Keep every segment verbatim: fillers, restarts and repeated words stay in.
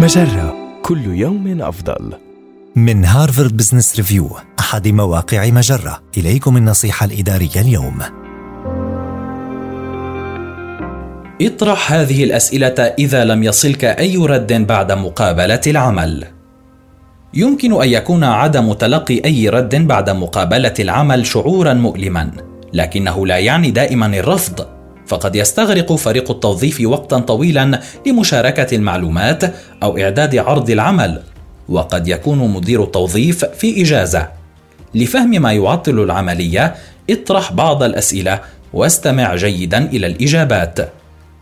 مجرة، كل يوم أفضل. من هارفارد بزنس ريفيو، أحد مواقع مجرة، إليكم النصيحة الإدارية اليوم. اطرح هذه الأسئلة إذا لم يصلك أي رد بعد مقابلة العمل. يمكن أن يكون عدم تلقي أي رد بعد مقابلة العمل شعوراً مؤلماً، لكنه لا يعني دائماً الرفض، فقد يستغرق فريق التوظيف وقتاً طويلاً لمشاركة المعلومات أو إعداد عرض العمل، وقد يكون مدير التوظيف في إجازة. لفهم ما يعطل العملية، اطرح بعض الأسئلة واستمع جيداً إلى الإجابات.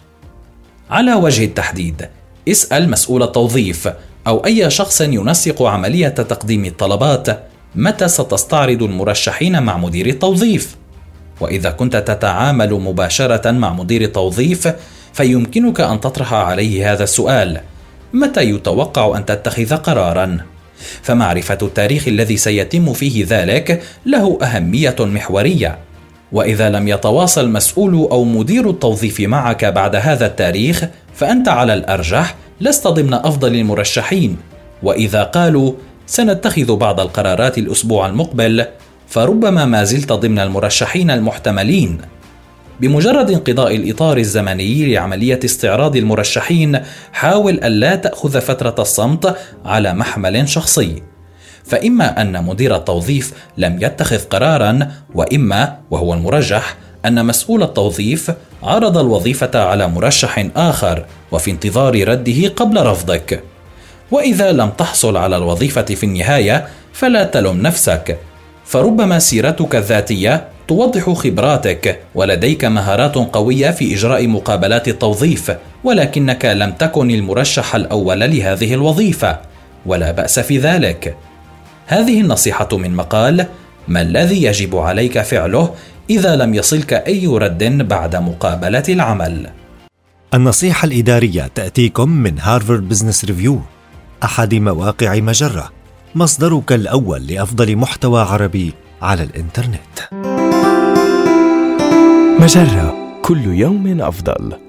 على وجه التحديد، اسأل مسؤول التوظيف أو أي شخص ينسق عملية تقديم الطلبات متى ستستعرض المرشحين مع مدير التوظيف. وإذا كنت تتعامل مباشرة مع مدير التوظيف فيمكنك أن تطرح عليه هذا السؤال: متى يتوقع أن تتخذ قراراً؟ فمعرفة التاريخ الذي سيتم فيه ذلك له أهمية محورية. وإذا لم يتواصل مسؤول أو مدير التوظيف معك بعد هذا التاريخ فأنت على الأرجح لست ضمن أفضل المرشحين. وإذا قالوا سنتخذ بعض القرارات الأسبوع المقبل فربما ما زلت ضمن المرشحين المحتملين. بمجرد انقضاء الإطار الزمني لعملية استعراض المرشحين، حاول ألا تأخذ فترة الصمت على محمل شخصي، فإما أن مدير التوظيف لم يتخذ قراراً، وإما وهو المرجح أن مسؤول التوظيف عرض الوظيفة على مرشح آخر وفي انتظار رده قبل رفضك. وإذا لم تحصل على الوظيفة في النهاية فلا تلم نفسك، فربما سيرتك الذاتية توضح خبراتك ولديك مهارات قوية في إجراء مقابلات التوظيف، ولكنك لم تكن المرشح الأول لهذه الوظيفة، ولا بأس في ذلك. هذه النصيحة من مقال ما الذي يجب عليك فعله إذا لم يصلك أي رد بعد مقابلة العمل. النصيحة الإدارية تأتيكم من هارفارد بزنس ريفيو، أحد مواقع مجرة، مصدرك الأول لأفضل محتوى عربي على الإنترنت. مجرة، كل يوم أفضل.